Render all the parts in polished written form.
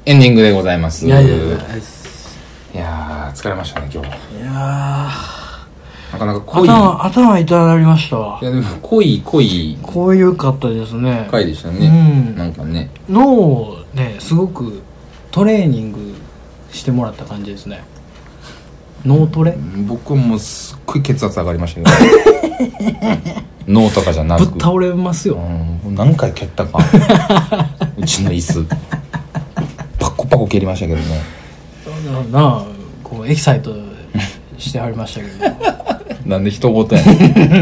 エンディングでございます。 いやー疲れましたね今日。 いやなかなか濃い頭痛なりましたわ。 いやでも濃いこういうかったですね。 回でしたね、なんかね脳をねすごくトレーニングしてもらった感じですね。脳トレ。 僕もすっごい血圧上がりましたけど脳とかじゃなくぶっ倒れますよ、 何回蹴ったかうちの椅子パコパコ蹴りましたけどね。 なあこうエキサイトしてはりましたけどなんで人事やね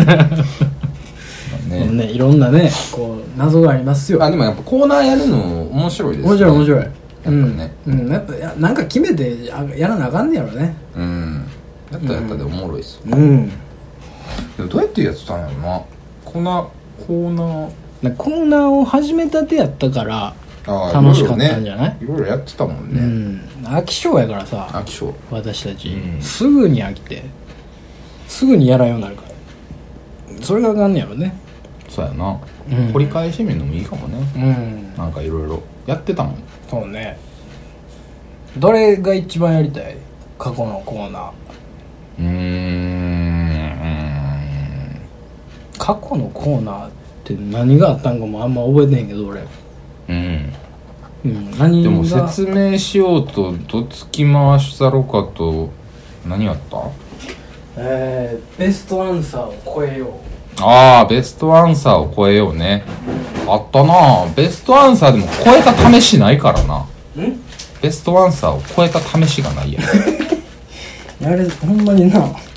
んね、いろんなねこう謎がありますよ。 でもやっぱコーナーやるの面白いですね。 面白いやっぱね、 やっぱなんか決めてやらなあかんねやろね。 やったらやったでおもろいですよ、 でもどうやってやってたんやろな。コーナーを始めたてやったから楽しかったんじゃない？ いろいろやってたもんね。 飽き性やからさ、私たち、すぐに飽きてすぐにやらんようになるから、それがあかんねやろね。 そうやな、掘り返してみるのもいいかもね。なんかいろいろやってたもん。 そうね。どれが一番やりたい？過去のコーナー。過去のコーナーって何があったんかもあんま覚えてへんけど俺。何が。 でも説明しようとどつき回したろかと何やった？ ベストアンサーを超えよう。 ベストアンサーを超えようね。あったな。ベストアンサーでも超えた試しないからな。ベストアンサーを超えた試しがないやんあれほんまに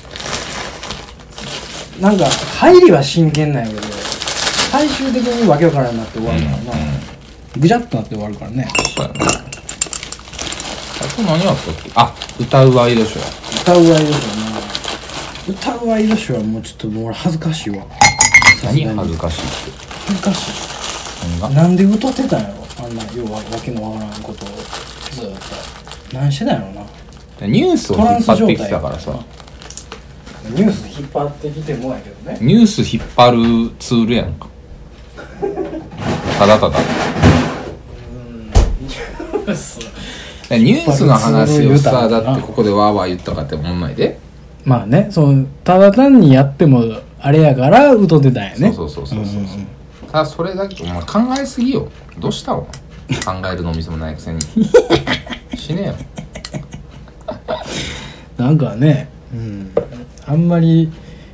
なんか入りは真剣なんやけど最終的にわけわからんなって終わるからな、ぐちゃっとなって終わるからね。 そうやね。あと何やったっけ？歌うワイドショー。 歌うワイドショーな。歌うワイドショーはもうちょっともう俺恥ずかしいわ。 何恥ずかしいって？ 恥ずかしい。なんで歌ってたんやろあんな要はわけのわからんことをずっと何してたんやろな。 ニュースを引っ張ってきたからさ。 ニュース引っ張ってきてもやけどね。 ニュース引っ張るツールやんかただただニュースの話をさ、だってここでワーワー言ったかって思んないで。 まあね、ただ単にやってもあれやから歌ってたんやね。 そうただそれだけお前考えすぎよ。どうしたの？考えるの店もないくせにしねえよなんかね、あんまり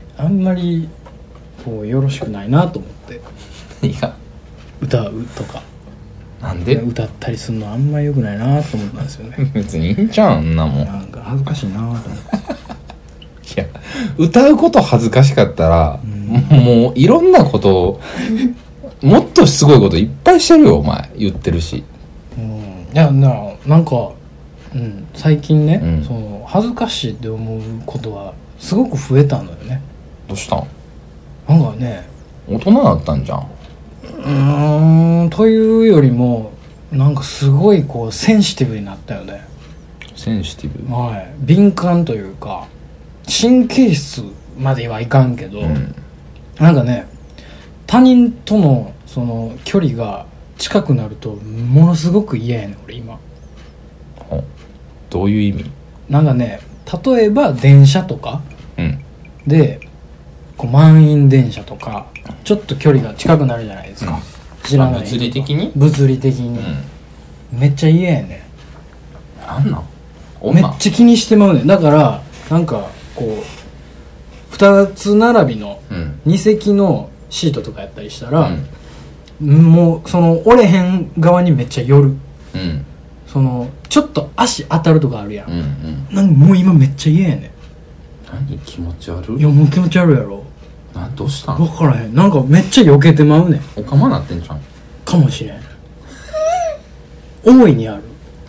こうよろしくないなと思って。 いや歌うとかなんで歌ったりするのあんまり良くないなと思ったんですよね別にいいんちゃうんなもん。 なんか恥ずかしいなと思っていや歌うこと恥ずかしかったら、もういろんなことをもっとすごいこといっぱいしてるよお前。言ってるし。 いやなんか、最近ね、恥ずかしいって思うことはすごく増えたのよね。 どうしたん？ なんかね、 大人だったんじゃん。 というよりもなんかすごいこうセンシティブになったよね。 センシティブ？ はい、敏感というか神経質まではいかんけど、なんかね他人とのその距離が近くなるとものすごく嫌やねん俺今。 どういう意味？ なんかね、例えば電車とか、でこう満員電車とかちょっと距離が近くなるじゃないですか、知らない物理的に、 めっちゃ嫌やねん。なんなんめっちゃ気にしてまうねん。だからなんかこう2つ並びの2席のシートとかやったりしたら、もうその折れへん側にめっちゃ寄る、ちょっと足当たるとかあるやん、なんかもう今めっちゃ嫌やねん。 何気持ち悪い？ いやもう気持ち悪いやろ。 どうしたん？ 分からへん。なんかめっちゃ避けてまうねん。 おかまなってんじゃん。 かもしれん。大いにある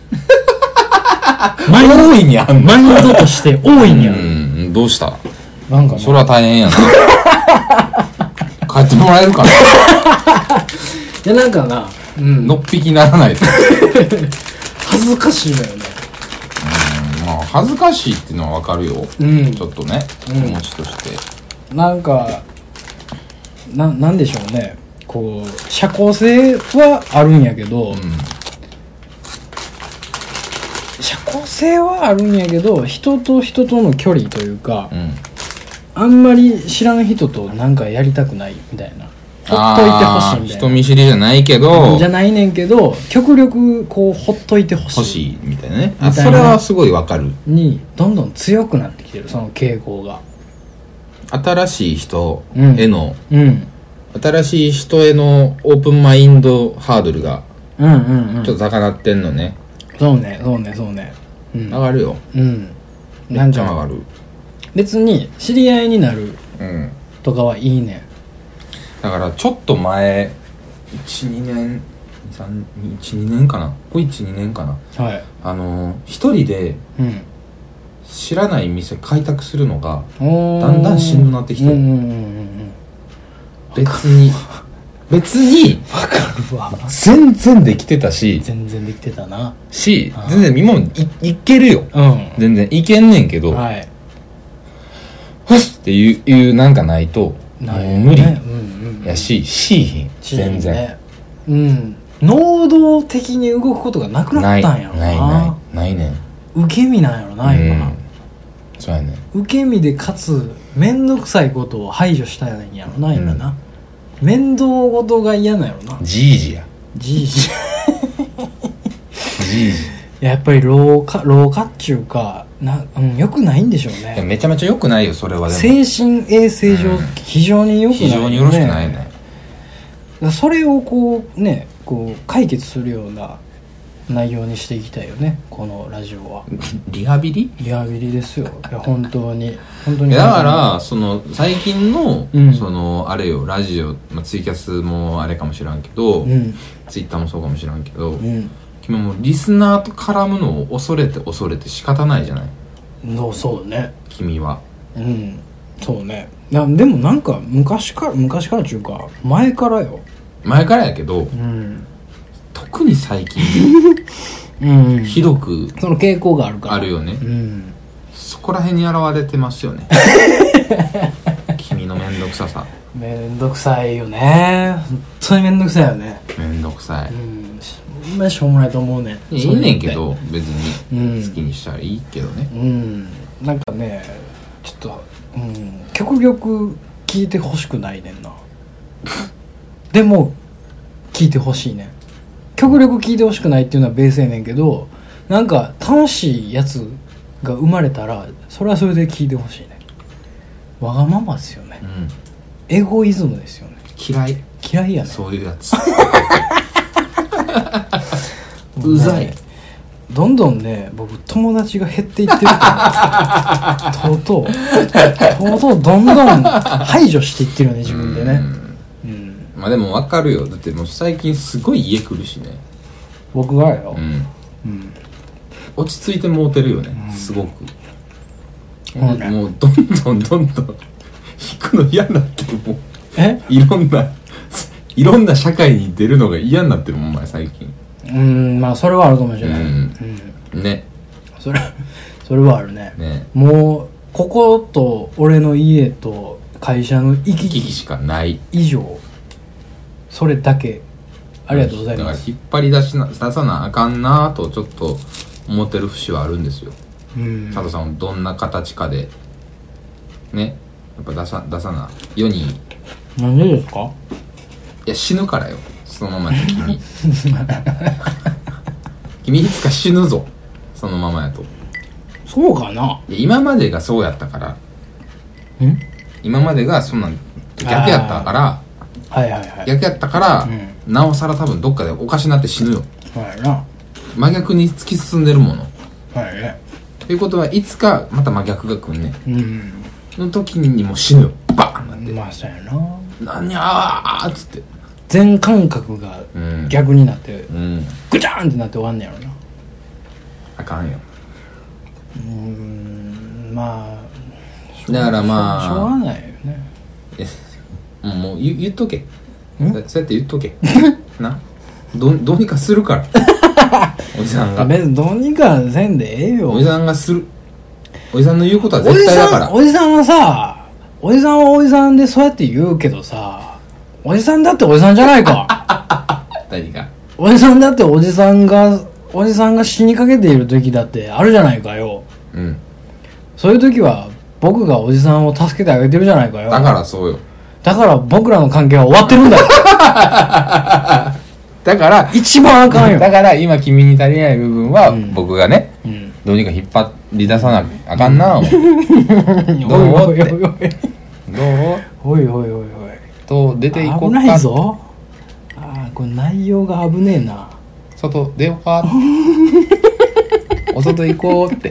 大いにある。 マインドとして大いにある。 どうした？ なんかね、 それは大変やな帰ってもらえるかな。いやなんかな、 のっぴきならないと恥ずかしいのよね。 まあ恥ずかしいっていうのは分かるよ、ちょっとね、気持ちとしてなんかなんでしょうね、こう社交性はあるんやけど、 社交性はあるんやけど、人と人との距離というか、あんまり知らん人となんかやりたくないみたいな、ほっといてほしいみたいな、 人見知りじゃないけどじゃないねんけど、極力こうほっといてほしいみたいなね。それはすごいわかる。 にどんどん強くなってきてる、その傾向が。 新しい人への、 うん新しい人へのオープンマインドハードルがちょっと高なってんのね。 そうねそうねそうね、 上がるよ。めっちゃ上がる。 別に知り合いになるとかはいいね。 だからちょっと前 1,2 年1,2 年かな、これ 1,2 年かな、 はい、 一人で知らない店開拓するのがだんだんしんどなってきて、別にわかるわ、 全然できてたし、 全然できてたな全然今も いけるよ、全然いけんねんけど、はい、ふっっていうなんかないともう無理やし、しいひん全然、 能動的に動くことがなくなったんやろないねん。受け身なんやろな今、 そうやね。 受け身でかつ面倒くさいことを排除したいんやろな今な、面倒事が嫌なんやろな。 じいじやじいじやっぱり老化っちゅうか良くないんでしょうね。 めちゃめちゃ良くないよそれは。でも精神衛生上、非常に良くない、 非常によろしくないね。 それをこうねこう解決するような内容にしていきたいよねこのラジオは。 リハビリですよ。いや本当にだからその最近の、そのあれよラジオ、ツイキャスもあれかもしらんけど、ツイッターもそうかもしらんけど、君もリスナーと絡むのを恐れて仕方ないじゃない。 そうね君は。 そうね。でもなんか昔からっていうか前からやけど、特に最近ひどくその傾向があるからあるよね、そこら辺に現れてますよね君のめんどくささ。 めんどくさいよね、本当にめんどくさいよね。 めんどくさい、 ほんまにしょうもないと思うね。 いいねんけど別に好きにしたらいいけどね、 なんかねちょっと、極力聞いてほしくないねんなでも聞いてほしいねん。極力聞いてほしくないっていうのはベースやねんけど、なんか楽しいやつが生まれたらそれはそれで聞いてほしいね。わがままですよね、エゴイズムですよね。嫌いやねそういうやつうざい。 どんどんね僕友達が減っていってるからとうとうどんどん排除していってるよね自分でね。 まあでも分かるよ。だってもう最近すごい家来るしね僕がよ、 落ち着いてもうてるよね、すごく、もうどんどん引くの嫌になってる。もういろんな社会に出るのが嫌になってるもんお前最近。 まあそれはあるかもしれない、 ね、 それはあるね。もうここと俺の家と会社の行き来しかない以上、それだけ。ありがとうございます。 だから引っ張り出さなあかんなとちょっと思ってる節はあるんですよ。佐藤さんもどんな形かでねやっぱ出さな世に。 なんでですか。 いや死ぬからよそのままやと君君いつか死ぬぞそのままやと。 そうかな。 今までがそうやったから。今までがそんなん逆やったから、逆やったから、なおさら多分どっかでおかしなって死ぬよ。真逆に突き進んでるもの。っていうことはいつかまた真逆が来んね。の時にもう死ぬよ。バーンなって。 まあそうやな。 何あーっつって全感覚が逆になって、ぐちゃーんってなって終わんねやろな。 あかんよ。 まあだからまあしょうがないよね。 もう言っとけ。そうやって言っとけな。どうにかするからおじさんが。 別にどうにかせんでええよ。 おじさんがする。おじさんの言うことは絶対だから。 おじさんはさ、おじさんはおじさんでそうやって言うけどさ、おじさんだっておじさんじゃないか何が。 おじさんだっておじさんがおじさんが死にかけている時だってあるじゃないかよ。 うん。 そういう時は僕がおじさんを助けてあげてるじゃないかよ。 だからそうよ。 だから僕らの関係は終わってるんだよ。 だから一番あかんよ。 だから今君に足りない部分は僕がね、どうにか引っ張り出さなあかんな。どうって。どう？ おいおいおいおい。 と出ていこうか。 危ないぞ。ああ、これ内容が危ねえな。 外出ようか。お外行こうって。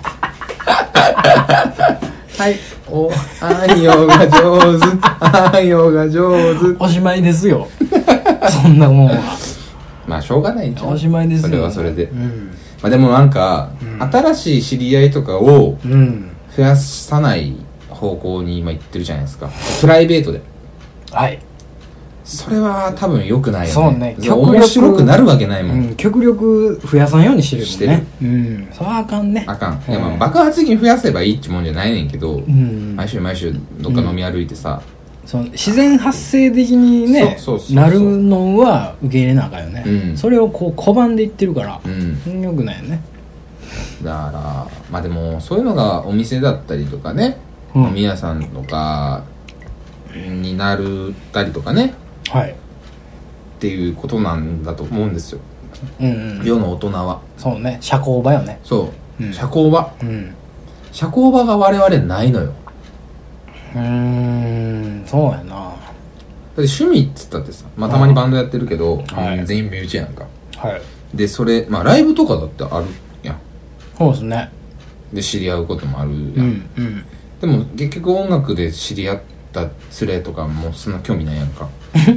はい。おあんよが上手。あんよが上手。 おしまいですよ。そんなもんは。 まあしょうがないんちゃう。 おしまいですよ。 それはそれで。まあでもなんか、新しい知り合いとかを増やさない方向に今行ってるじゃないですか。プライベートで。 はい。 それは多分良くないよね。 そうね。 面白くなるわけないもん。 極力増やさんようにしてるもんね。うん。それはあかんね。 あかん。いやまあ爆発的に増やせばいいってもんじゃないねんけど、毎週毎週どっか飲み歩いてさ、 その自然発生的にねなるのは受け入れなあかんよね。それをこう拒んでいってるから、良くないよね。 だからまあでもそういうのがお店だったりとかね、飲み屋さんとかになるったりとかね。 はい。 っていうことなんだと思うんですよ。世の大人は。 そうね。社交場よね。 そう。社交場。社交場が我々ないのよ。 そうやな。だって趣味っつったってさ、まあたまにバンドやってるけど、全員身内やんか。 はい。 でそれまあライブとかだってあるやん。 そうですね。 で知り合うこともあるやん。でも結局音楽で知り合った連れとかもそんな興味ないやんか。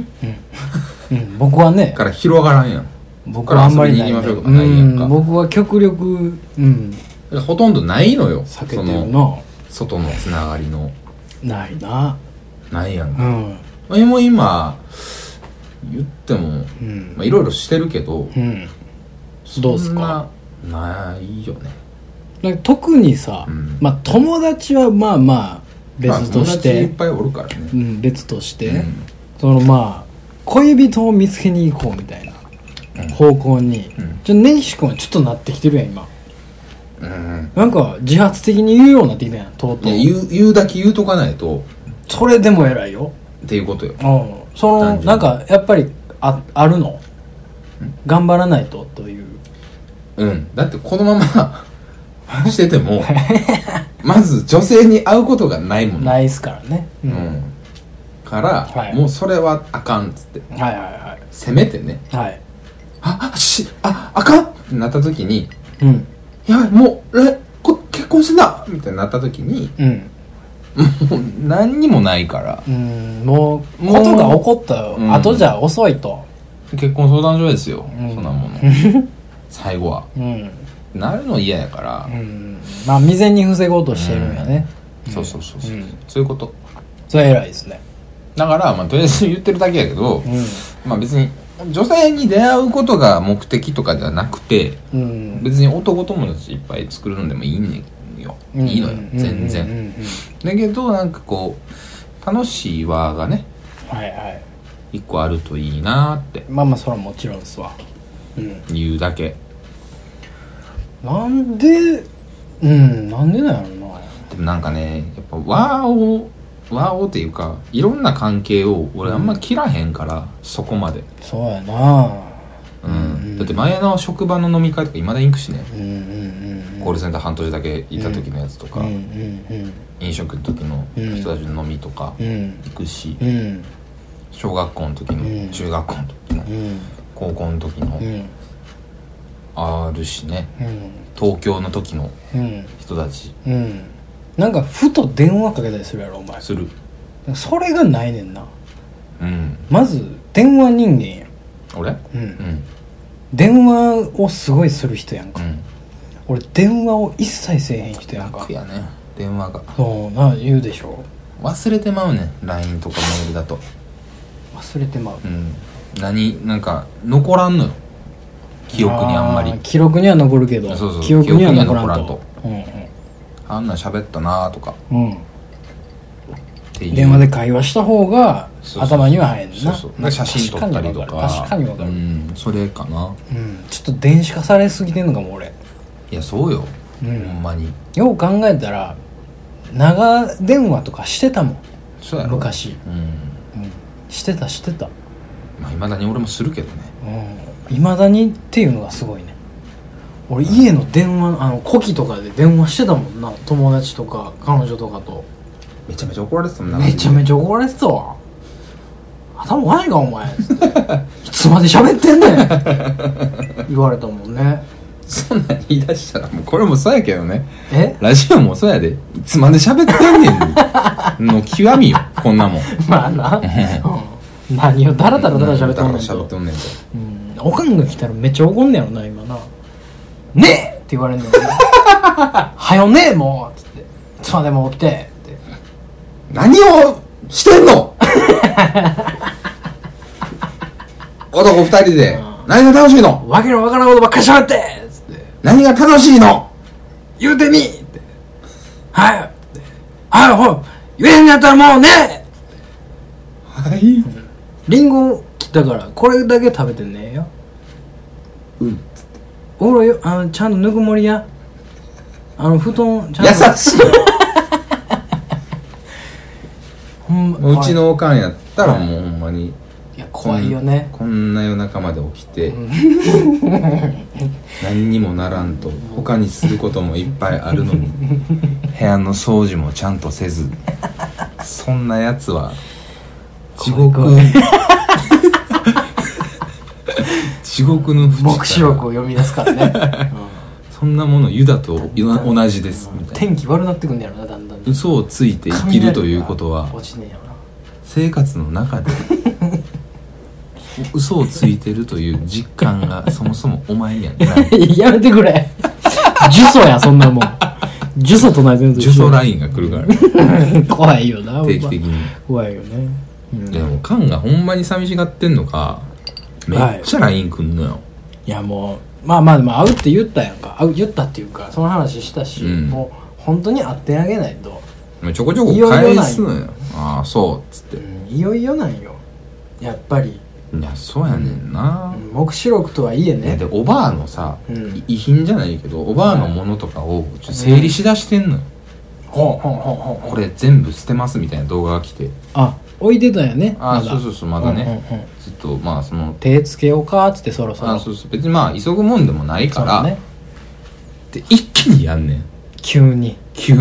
僕はねから広がらんやん。 僕はあんまりない、ね、僕は極力ほとんどないのよ。 避けてるな。 外のつながりのないな。 ないやんか。もう今言ってもまあいろいろしてるけど、 どうすか。 ないよね。 特にさ、まあ友達はまあまあ別として、 友達いっぱいおるからね。 別として、そのまあ恋人を見つけに行こうみたいな方向に、根岸君はちょっとなってきてるやん今。なんか自発的に言うようになってきたやん。とうとう。 いや言うだけ言うとかないと。 それでも偉いよ。 っていうことよ。 そのなんかやっぱりあるの。頑張らないとという。 だってこのまましててもまず女性に会うことがないもん。 ないっすからね。 から、もうそれはあかんっつって。せめてね。あかんってなった時に、やばいもう結婚してんだみたいになった時に、もう何にもないから。 もうことが起こった後じゃ遅いと。 結婚相談所ですよ、そんなもの。最後はなるの嫌やから、 まあ未然に防ごうとしてるんやね。 そういうこと。 それ偉いですね。 だからまあとりあえず言ってるだけやけど、まあ別に女性に出会うことが目的とかではなくて、別に男友達いっぱい作るのでもいいねよ。いいのよ全然。だけどなんかこう楽しい輪がね、一個あるといいなって。 まあまあそれはもちろんですわ。 言うだけ。 なんでなんでなんやろな。 でもなんかねやっぱ輪をっていうかいろんな関係を俺あんま切らへんから、そこまで。 そうやな。 だって前の職場の飲み会とか今だ行くしね。コールセンター半年だけいた時のやつとか、飲食の時の人たちの飲みとか行くし、小学校の時の、中学校の時の、高校の時の、あるしね、東京の時の人たち、 なんかふと電話かけたりするやろお前。 する。 それがないねんな。まず電話人間やん俺。 電話をすごいする人やんか。俺電話を一切せえへん人やんか。 楽やね電話が。 そうな言うでしょ。 忘れてまうねん LINE とかメールだと。 忘れてまう。 なんか残らんのよ記憶にあんまり。 記録には残るけど記憶には残らんと。 あんなん喋ったなとか、 電話で会話した方が頭には入るな。 そうそう、写真撮ったりとか。 確かにわかる。 それかな。 ちょっと電子化されすぎてんのかも俺。 いやそうよ、ほんまに。 よう考えたら長電話とかしてたもん。 そうやろ昔。してた。 まあ未だに俺もするけどね。未だにっていうのがすごいね。俺家の電話呼気とかで電話してたもんな。友達とか彼女とかと。 めちゃめちゃ怒られてたもんな。 めちゃめちゃ怒られてたわ。頭おかないかお前いつまで喋ってんねん言われたもんね。 そんなん言い出したらもうこれもそうやけどね。 ラジオもそうやで。いつまで喋ってんねんの極みよこんなもん。 まあな、何をダラダラ喋ってんねんと。おかんが来たらめっちゃ怒んねやろな今な。ねえって言われんねんはよねえもうつって、いつまでも起きてって。 何をしてんの男二人で何が楽しいの。 わけのわからんことばっかり喋ってつって。 何が楽しいの言うてみって。はいってほい言えんやったらもうね。 はいリンゴ切ったからこれだけ食べてねえよ。 つっておろよちゃんとぬくもりや布団ちゃんと優しいうちのおかんやったらもうほんまに、 いや怖いよね。 こんな夜中まで起きて、何にもならんと他にすることもいっぱいあるのに部屋の掃除もちゃんとせず、そんなやつは地獄地獄の淵黙示録を読み出すからね、 そんなものユダと同じですみたいな。 天気悪なってくんねやろな、だんだん。 嘘をついて生きるということは生活の中で嘘をついてるという実感がそもそもお前にはないやめてくれ呪詛やそんなもん呪詛唱えてると呪詛ラインが来るから怖いよな定期的に。 怖いよね、 でもカンがほんまに寂しがってんのかめっちゃ LINE 来んのよ。 いやもうまあでも会うって言ったやんか。言ったっていうかその話したし、もう本当に会ってあげないとちょこちょこ返すのよ。ああそうっつって、 いよいよなんよやっぱり。 いやそうやねんな、 黙示録とはいえね。 でおばあのさ、遺品じゃないけどおばあのものとかをちょっと整理しだしてんのよ、これ全部捨てますみたいな動画が来て、 置いてたよね。 そうまだね、ずっとまあその手つけようかっつってそろそろ。 そう別にまあ急ぐもんでもないから、で一気にやんねん急に、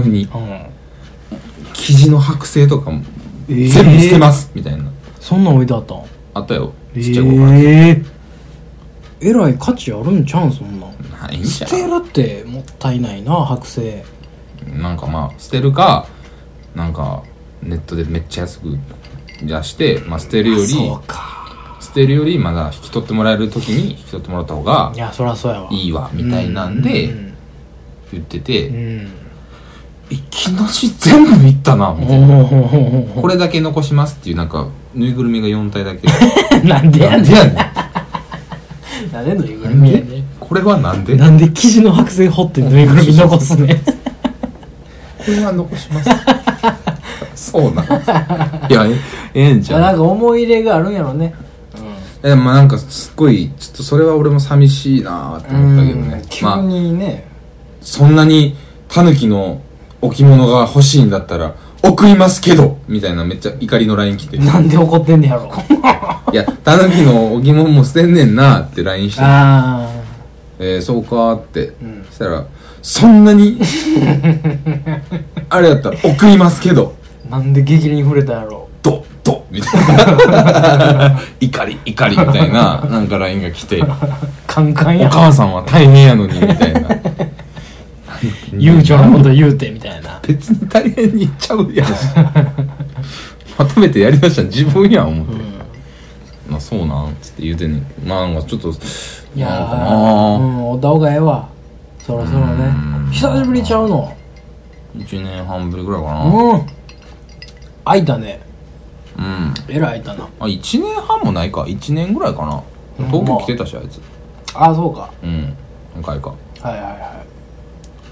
生地の剥製とかも全部捨てますみたいな。 そんなん置いてあったん？ あったよ、ちっちゃい子から。 えらい価値あるんちゃうんそんなん。 ないんじゃん。 捨てるってもったいないな剥製。 なんかまあ捨てるかなんかネットでめっちゃ安く出して、まあ、捨てるよりまだ引き取ってもらえる時に引き取ってもらった方がいやそりゃそうやわいいわみたいなんで言ってて、いきなり全部いったなみたいなこれだけ残しますっていうなんかぬいぐるみが4体だけなんでやねんなんでぬいぐるみやねん。 これはなんで生地の剥製掘ってぬいぐるみ残すねこれは残しますそうなんいやええんちゃう。 なんか思い入れがあるんやろね。 でもなんかすっごいちょっとそれは俺も寂しいなって思ったけどね。 急にね、 そんなにタヌキの置物が欲しいんだったら送りますけどみたいなめっちゃ怒りの LINE 来て、 なんで怒ってんねやろいやタヌキの置物も捨てんねんなって LINE してそうかって、そしたらそんなにあれやったら送りますけどなんで激励に触れたやろドみたいな怒りみたいななんか LINE が来てカンカンやお母さんは大変やのにみたいな悠長なこと言うてみたいな。 別に大変に言っちゃうやんまとめてやりだしたら自分やん思って、まあそうなんつって言うてんねんけど、まあなんかちょっといやーおった方がええわそろそろね。久しぶりちゃうの 1年半ぶりぐらいかな。 空いたね。えらい空いたな。 1年半もないか、1年ぐらいかな。東京来てたしあいつ。 そうか。 何回か。 はい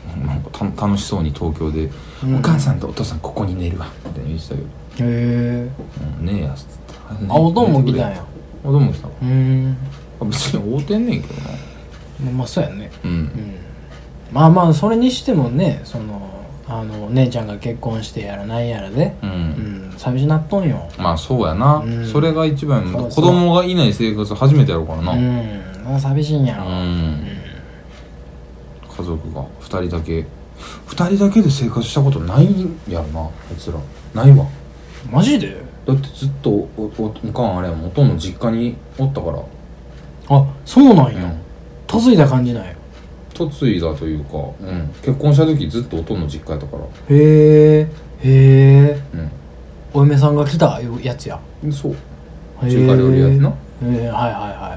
なんか楽しそうに東京で、お母さんとお父さんここに寝るわみたいに言ってたけど、 へえ、 ねえやつってあ、おとんも来たんや。 おとんも来たの。別に会うてんねんけどな。 まあそうやね。まあまあそれにしてもね、姉ちゃんが結婚してやらないやらで、寂しなっとんよ。 まあそうやな、それが一番。子供がいない生活初めてやろうからな。 もう寂しいんやろ。 家族が2人だけで生活したことないんやろな、あいつら。ないわ。 マジで？ だってずっとおかんあれやもん、おとんの実家におったから。 あ、そうなんや。嫁いだ感じなんや。 嫁いだというか、結婚した時ずっとおとんの実家やったから。 へえ、お嫁さんが来たやつや。 そう、中華料理やつな。 はいはい。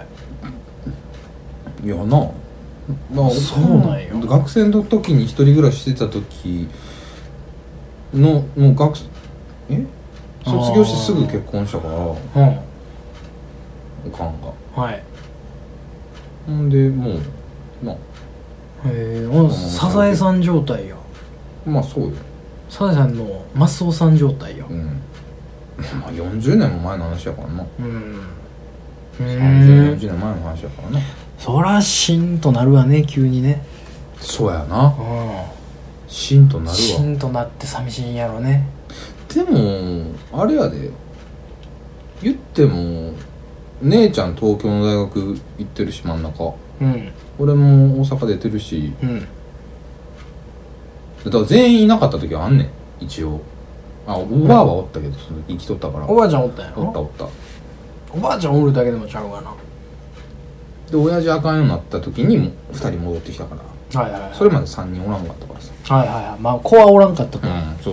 いやな、 そうなんよ。 学生の時に一人暮らししてた時のもう卒業してすぐ結婚したから、おかんが。 はい。 ほんでもうな。 サザエさん状態や。 まあそうよ。 サザエさんのマスオさん状態や。 まあ40年も前の話やからな。30、40年前の話やからな。 そらシンとなるわね、急にね。 そうやな。シンとなるわ。 シンとなって寂しいんやろね。 でもあれやで、言っても姉ちゃん東京の大学行ってるし、真ん中。俺も大阪出てるし、だから全員いなかった時はあんねん、一応。おばあはおったけど、その生きとったから。 おばあちゃんおったんやろ。 おった。 おばあちゃんおるだけでもちゃうかな。 で親父あかんようになった時にも2人戻ってきたから、それまで3人おらんかったからさ。 まあ子はおらんかったから。 そう。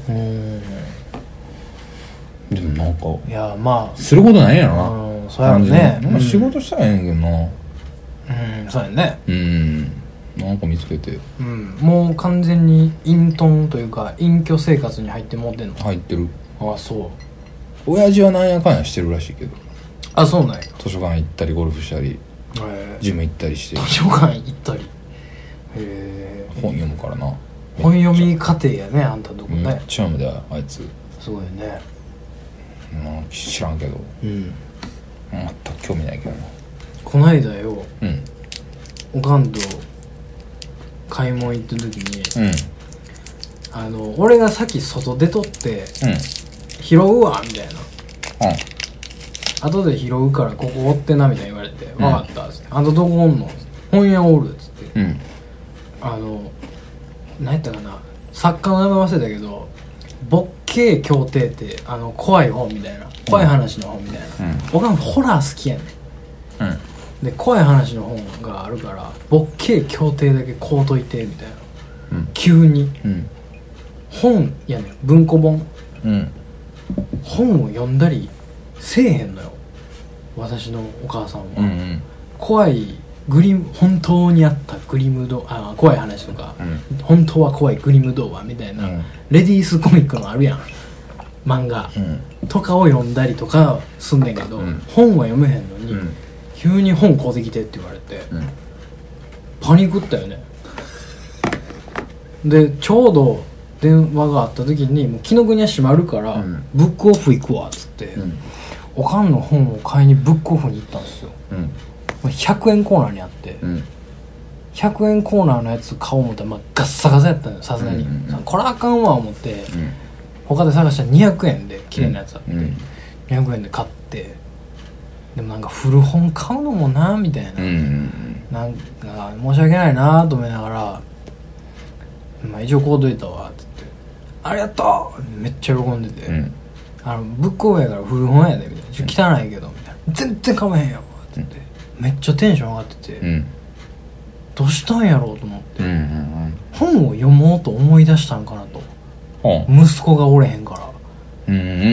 でもなんか、 いやまあすることないやろな。 そうやろね。 なんか仕事したらええねんけどな。 そうやね。 なんか見つけて。 もう完全に隠遁というか隠居生活に入ってもってんの？ 入ってる。 あ、そう。 親父はなんやかんやしてるらしいけど。 あ、そうなんや。 図書館行ったりゴルフしたり、ジム行ったりして。 図書館行ったり。 本読むからな。 本読み家庭やね、あんたとこね。 めっちゃ読むで、あいつ。 すごいね。 知らんけど、全く興味ないけどな。 こないだよ、おかんと買い物行った時に、俺がさっき外出とって、拾うわみたいな、後で拾うからここおってなみたいに言われて、分かったっつって、あんたどこおんの？本屋おるっつって、何やったかな、作家の名前忘れたけど、ボッケー協定って怖い本みたいな、怖い話の本みたいな、僕はホラー好きやねん、で怖い話の本があるからボッケー協定だけ買うといてみたいな、急に、本やねん、文庫本、本を読んだりせえへんのよ、私のお母さんは。怖い本当にあったグリム怖い話とか、本当は怖いグリム童話みたいな、レディースコミックのあるやん、漫画、とかを読んだりとかすんねんけど、本は読めへんのに、急に本買うてきてって言われて、パニクったよね。でちょうど電話があった時に、もう紀ノ国屋閉まるから、ブックオフ行くわっつって、おかんの本を買いにブックオフに行ったんですよ。100円コーナーにあって、100円コーナーのやつ買おう思ったら、ガッサガサやったのよ、さすがに。これあかんわ思って、他で探したら200円で綺麗なやつあって、200円で買って、でもなんか古本買うのもなみたいな、なんか申し訳ないなと思いながら、一応買うといたわっつって、ありがとうめっちゃ喜んでて、ブックオフやから古本やでみたいな、ちょっと汚いけどみたいな、全然買わへんよっつって、めっちゃテンション上がってて、どうしたんやろうと思って、本を読もうと思い出したんかなと、息子がおれへんから、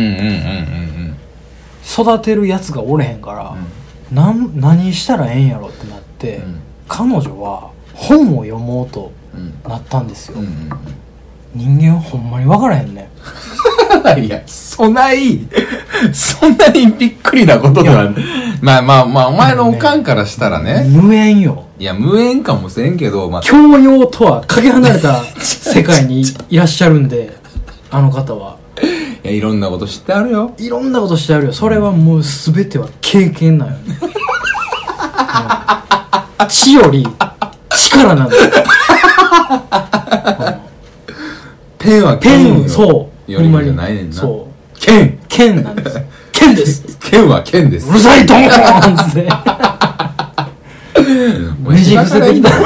育てるやつがおれへんから、何したらええんやろってなって、彼女は本を読もうとなったんですよ。人間ほんまに分からへんね。 いや、そんなにびっくりなことではまあお前のおかんからしたらね、 無縁よ。 いや無縁かもしれんけど、 教養とはかけ離れた世界にいらっしゃるんであの方は。 いや、いろんなこと知ってあるよ。 いろんなことしてあるよ。それはもう全ては経験なんよね。知より力なんだよ。 ペンは剣よ。 そう。 よりもじゃないねんな。 そう。 剣なんです。剣です。 剣は剣です。 うるさいドーンって。ねじ伏せてきた。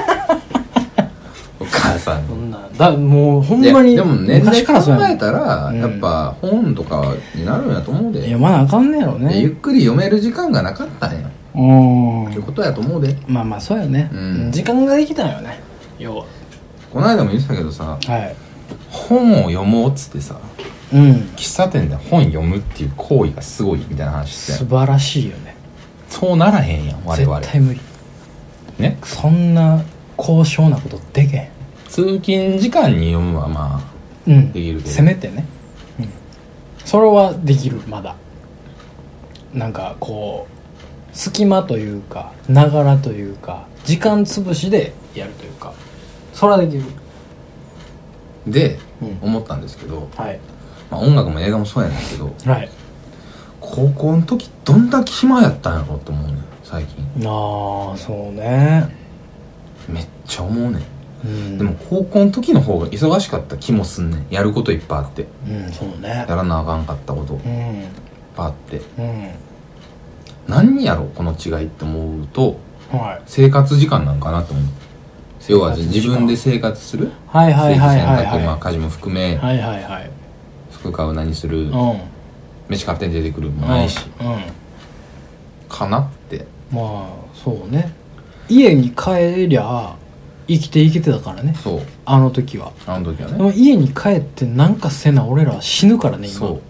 お母さん。 もうほんまにでもね、 昔からそう考えたら、やっぱ本とかになるんやと思うで。 いや、まだあかんねやろね。 ゆっくり読める時間がなかったんや。ということやと思うで。 まあそうやね。時間ができたんよね。要は。 この間も言ってたけどさ、 はい。 本を読もうっつってさ、喫茶店で本読むっていう行為がすごいみたいな話して。 素晴らしいよね。 そうならへんやん、我々。 絶対無理。 ね。 そんな高尚なことでけへん。 通勤時間に読むはまあ、できるけど。 せめてね。それはできる、まだ。なんかこう、隙間というか、ながらというか、時間潰しでやるというか、それはできる。 で、思ったんですけど、 はい。 音楽も映画もそうやねんけど、 はい。 高校の時どんだけ暇やったんやろって思うねん、最近。 ああ、そうね。 めっちゃ思うねん。でも高校の時の方が忙しかった気もすんねん。やることいっぱいあって。 そうね。 やらなあかんかったこと、いっぱいあって。何やろこの違いって思うと、生活時間なんかなと思う。要は自分で生活する。洗濯、家事も含め。服買う、何する。飯勝手に出てくるもないし。かなって。 まあそうね。家に帰りゃ生きていけてたからね。 そう。 あの時はね。 でも家に帰ってなんかせな俺らは死ぬからね、今。 そう。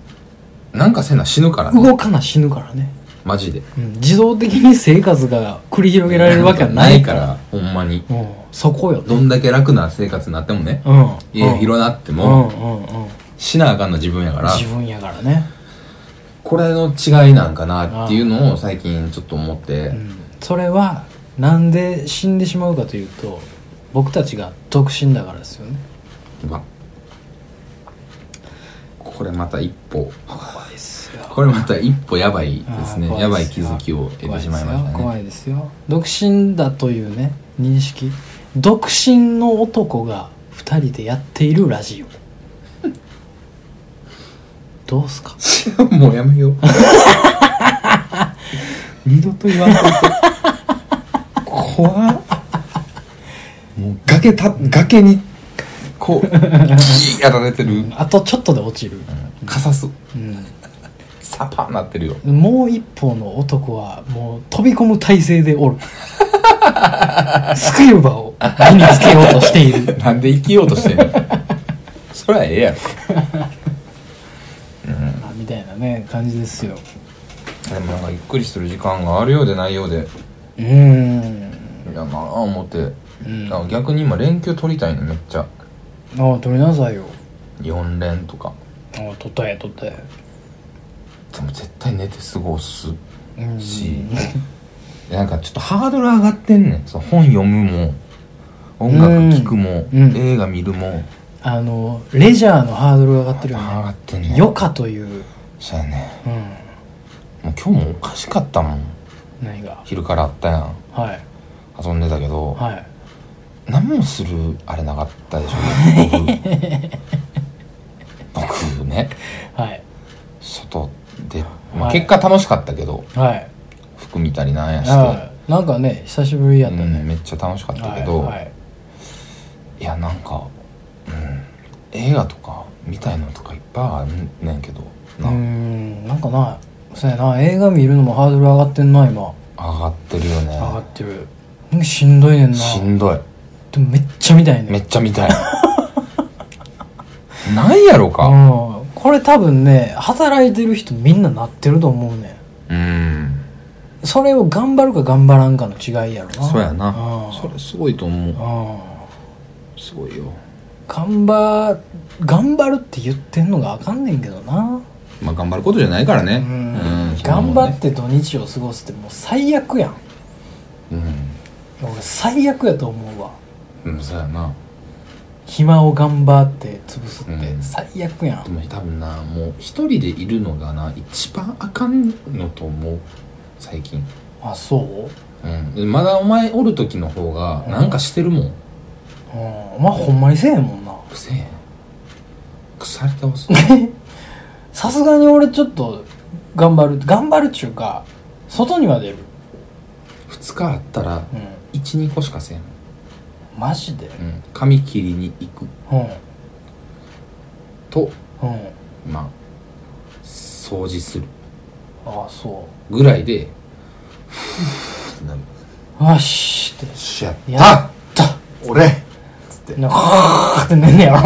なんかせな死ぬからね。 動かな死ぬからね。 マジで。 自動的に生活が繰り広げられるわけはないから。 ほんまに。 そこよね。 どんだけ楽な生活になってもね。家広なっても。しなあかんの自分やから。 自分やからね。 これの違いなんかなっていうのを最近ちょっと思って。 それはなんで死んでしまうかというと、僕たちが独身だからですよね。 これまた一歩怖いっすよ。 これまた一歩やばいですね。やばい気づきを得てしまいましたね。 怖いですよ。独身だというね認識。独身の男が2人でやっているラジオどうすか。 もうやめよう二度と言わないで怖っ。もう崖にこうやられてる。 あとちょっとで落ちる。 かさす。サパーなってるよ。 もう一方の男はもう飛び込む体勢でおるスキューバを身につけようとしているなんで生きようとしてんのそれはええやろみたいなね感じですよ。 でもなんかゆっくりする時間があるようでないようでいやなあ思って、逆に今連休取りたいのめっちゃ。 取りなさいよ。 4連とか。 取ったや。 でも絶対寝て過ごすし、なんかちょっとハードル上がってんねん。そう本読むも音楽聴くも、映画見るもレジャーのハードルが上がってるよね。 上がってんねん。 余暇という。 そうやね。もう今日もおかしかったもん。 何が。 昼からあったやん。遊んでたけど、何もするあれなかったでしょ僕ね。外で、結果楽しかったけど、服見たりなんやして、 なんかね久しぶりやったね。 めっちゃ楽しかったけど、いやなんか、映画とか見たいのとかいっぱいあるねんけどなんかな、そうやな、映画見るのもハードル上がってんな今。 上がってるよね。 上がってる。しんどいねんな。 しんどい。 でもめっちゃ見たいね。 めっちゃ見たいなんやろか。 これ多分ね働いてる人みんななってると思うねん。それを頑張るか頑張らんかの違いやろな。 そうやな。それすごいと思う。すごいよ。 頑張るって言ってんのがあかんねんけどな。 頑張ることじゃないからね。 頑張って土日を過ごすってもう最悪やん。俺最悪やと思うわ。 そうやな。 暇を頑張って潰すって最悪やん。 でも多分な、もう一人でいるのがな一番あかんのと思う最近。 あ、そう？ まだお前おる時の方がなんかしてるもん。 お前ほんまにせえへんもんな。 せえへん。腐り倒す。 さすがに俺ちょっと頑張るっちゅうか、外には出る。 2日あったら 1,2 個しかせえん。 マジで？ 髪切りに行くと、まあ掃除する。 ああ、そうぐらいでふーってなる。 よしってしやった俺っつってなんかって寝んねやろ。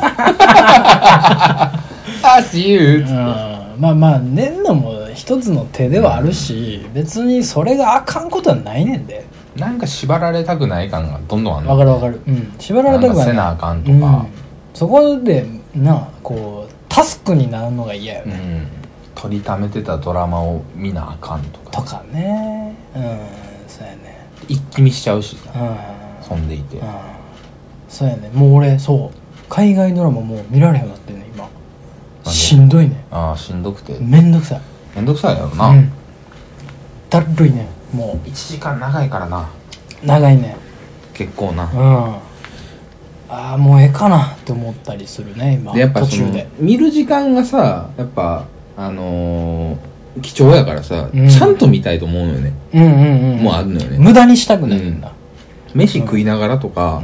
あ、自由っつって、 まあ寝んのも一つの手ではあるし、別にそれがあかんことはないねんで。 なんか縛られたくない感がどんどんある。 わかる、縛られたくない。 せなあかんとか、 そこでな、こうタスクになるのが嫌よね。 取りためてたドラマを見なあかんとかね。そうやね。 一気見しちゃうしさ、そんでいて、 そうやね。もう俺海外ドラマもう見られへんようになってんね今。しんどいね。 しんどくてめんどくさいやろな。 だるいね。もう 1時間長いからな。 長いね結構な。 もうええかなって思ったりするね今。 でやっぱ途中で見る時間がさ、やっぱ貴重やからさ、ちゃんと見たいと思うのよね。もうあるのよね。 無駄にしたくないんだ。 飯食いながらとか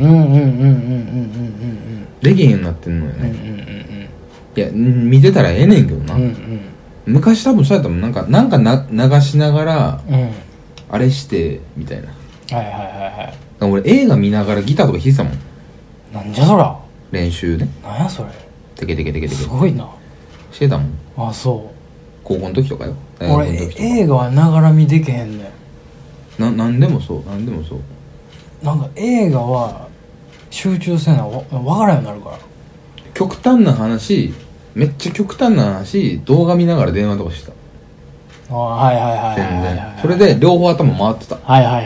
できへんようになってんのよね。いや見てたらええねんけどな。昔多分そうやったもん。なんか流しながらあれしてみたいな。俺映画見ながらギターとか弾いてたもん。 なんじゃそら。 練習ね。 なんやそれ。 テケテケテケテケすごいな。 してたもん。 あ、そう。 高校の時とかよ。 俺映画はながら見できへんねん。 なんでもそうなんか映画は集中せな分からんようになるから。 極端な話、めっちゃ極端な話、動画見ながら電話とかしてた。全然それで両方頭回ってた。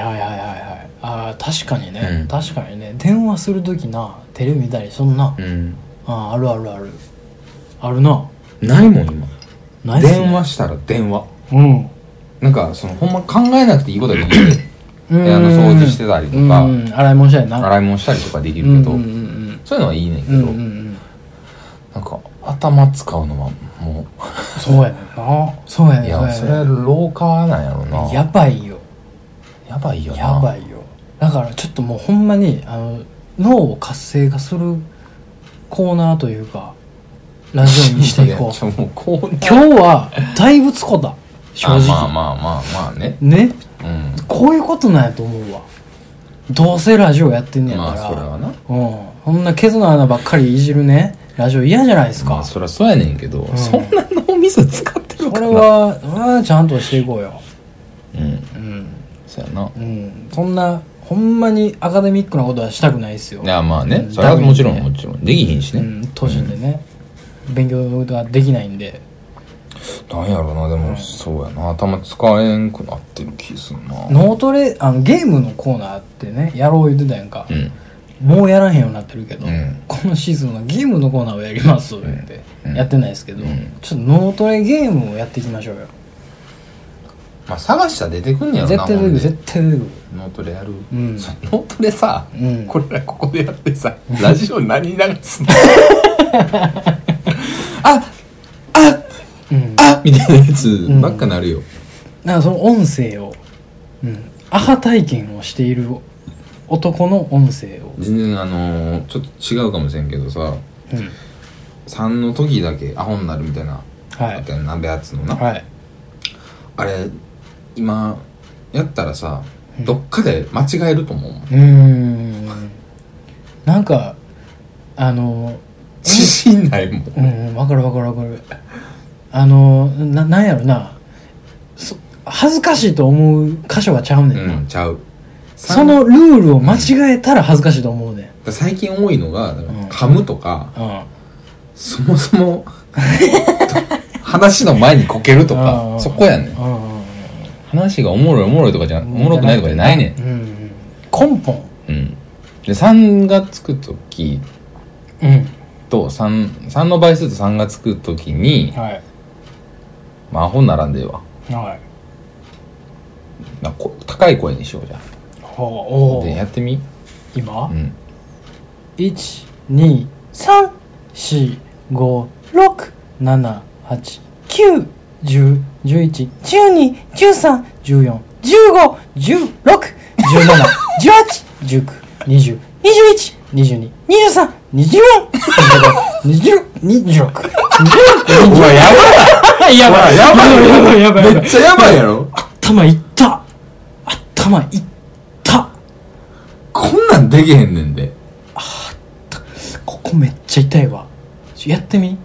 確かにね、確かにね。電話するときな、テレビ見たりそんな、あるな。 ないもん今。 ないっすね。 電話したら電話。なんかほんま考えなくていいことができる。部屋の掃除してたりとか、 洗い物したりとかできるけど、そういうのはいいねんけど、なんか頭使うのはもうそうやねんな。そうやねん。 いや、それ老化なんやろな。 やばいよな。 だからちょっともうほんまに脳を活性化するコーナーというかラジオにしていこう。今日はだいぶつこだ正直。 まあね。 こういうことなんやと思うわ。どうせラジオやってんねやから。 それはな。 こんなケツの穴ばっかりいじるねラジオ嫌じゃないですか。 そりゃそうやねんけど、そんな脳みそ使ってるかそら。 れはちゃんとしていこうよ。 そうやな。 そんなほんまにアカデミックなことはしたくないですよ。 いやまあね、それはもちろんできひんしね。 都心でね、勉強ができないんで。 なんやろな。でもそうやな、頭使えんくなってる気するな。 脳トレゲームのコーナーってねやろう言ってたやんか。もうやらへんようになってるけど、このシーズンはゲームのコーナーをやりますってやってないですけど、ちょっと脳トレゲームをやっていきましょうよ。 まあ探したら出てくんねやろな。 絶対出てくる。 脳トレやる。脳トレさ、これらここでやってさ、ラジオ何流すの？みたいなやつばっかなるよ。 なんかその音声を、アハ体験をしている男の音声を。 全然ちょっと違うかもしれんけどさ、3の時だけアホになるみたいな、鍋やつのな、あれ今やったらさ、どっかで間違えると思うもん。 なんか自信ないもん。 わかるなんやろな、恥ずかしいと思う箇所がちゃうねんな。 ちゃう。 そのルールを間違えたら恥ずかしいと思うねん。 最近多いのが噛むとか、そもそも話の前にこけるとか、そこやねん。話がおもろいとかじゃ、おもろくないとかじゃないねん。 根本。 で、3がつくとき、と、3の倍数と3がつくときに、まあ、アホに並んでるわ。高い声にしようじゃん。で、やってみ今1、2、3、4、5、6、7、8、9、10、11、12、13、14、15、16、17、18、19、20、21、22、23、24、25、26、27、 うわ、やばいやばいめっちゃやばいやろ。 頭いったこんなんできへんねんで。 ここめっちゃ痛いわ。やってみ。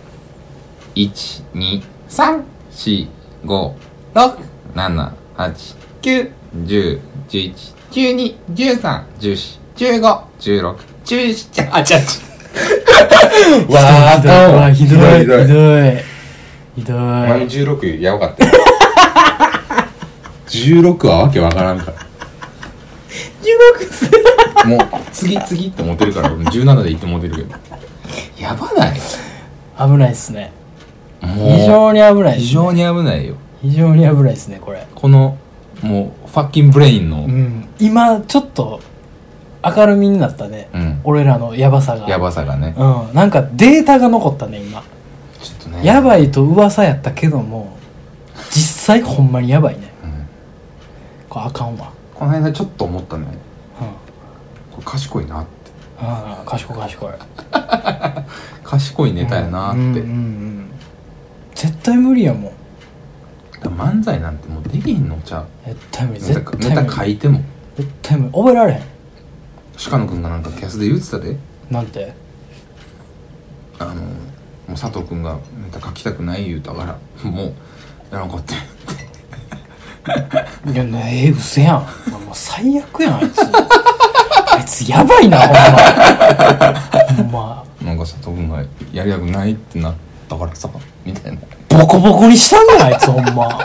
1、2、3、4、5、6、7、8、9、10、11、12、13、14、15、16、17、あちゃちゃ。 わあ、ひどい。お前の16やばかったよ。16はわけわからんから。16もう次って思ってるから17でいって思ってるけど、やばない？ 危ないっすね。非常に危ないっすね。 非常に危ないよ。 非常に危ないっすね、これ。 このもうファッキンブレインの、 今ちょっと明るみになったね、俺らのヤバさがね、 なんかデータが残ったね今。 ちょっとね、 やばいと噂やったけども実際ほんまにやばいね。これあかんわ。 この間ちょっと思ったね、これ賢いなって。 賢い賢いネタやなって、 絶対無理やもん。 漫才なんてもうできひんのちゃう。 絶対無理。 ネタ書いても絶対無理。覚えられへん。 鹿野くんがなんかキャスで言ってたで。 なんて？ もう佐藤くんがネタ書きたくない言うたからもうやらんかっていやね、うせやん。もう最悪やん、あいつやばいな、ほんま。 なんか佐藤くんがやりたくないってなったからさみたいな。 ボコボコにしたんじゃない、あいつほんま。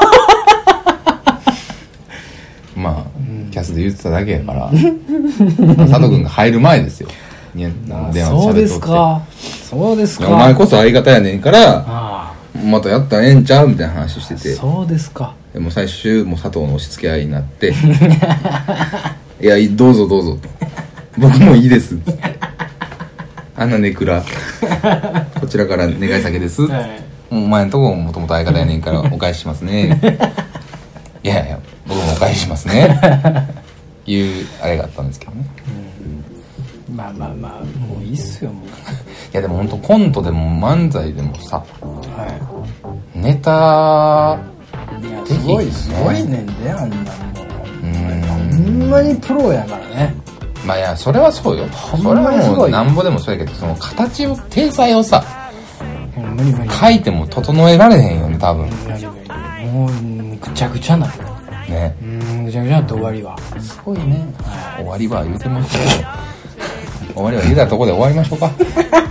まあ、キャスで言ってただけやから佐藤くんが入る前ですよ。電話で喋っとって。 そうですか。 お前こそ相方やねんからまたやったらええんちゃうみたいな話してて。 そうですか。 でも最終もう佐藤の押し付け合いになっていやどうぞと僕もいいですっつってあんなネクラこちらから願い下げです、お前のとこもともと相方やねんからお返ししますねいや僕もお返ししますねいうあれがあったんですけどね、 まあもういいっすよもう。いやでも本当コントでも漫才でもさ、ネタいやすごいねんで、あんなんもほんまにプロやからね。 まあいやそれはそうよ。それはもうなんぼでもそうやけど、その形を体裁をさ、 無理書いても整えられへんよね多分。 もうぐちゃぐちゃなるね。 ぐちゃぐちゃなって終わりはすごいね。終わりは言うてますけど終わりは言うたとこで終わりましょうか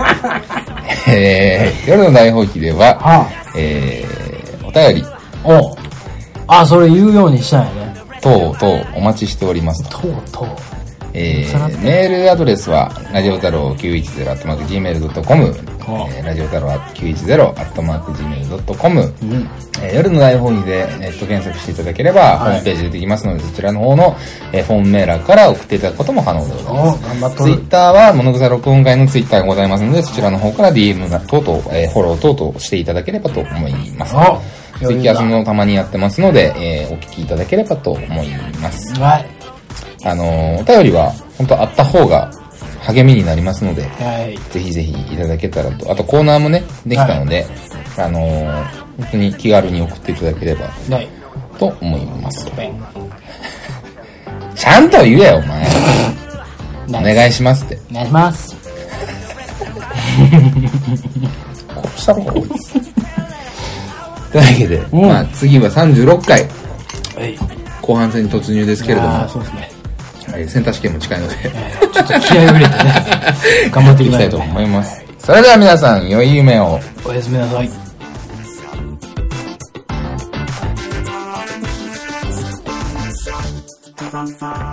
夜の大放棄では、お便りそれ言うようにしたんやね。 とうとうお待ちしておりますと。メールアドレスはラジオ太郎910@gmail.com、ラジオ太郎910@gmail.com、夜の大放棄でネット検索していただければ、ホームページ出てきますので、そちらの方の、フォームメーラーから送っていただくことも可能でございます。ツイッターは物草録音会のツイッターがございますので、そちらの方から DM 等々、フォロー等々していただければと思います。ツイキャスもたまにやってますので、お聞きいただければと思います。お便りは本当あった方が励みになりますので、ぜひぜひいただけたらと。あとコーナーもねできたので、本当に気軽に送っていただければと思います。ちゃんと言えよお前。お願いしますって。 お願いします。 殺したろこいつ。というわけで、まあ次は36回、後半戦に突入ですけれども、 そうですね。 センター試験も近いので、 ちょっと気合を入れてね、頑張っていきたいと思います。それでは皆さん、良い夢を。 おやすみなさい。 ファ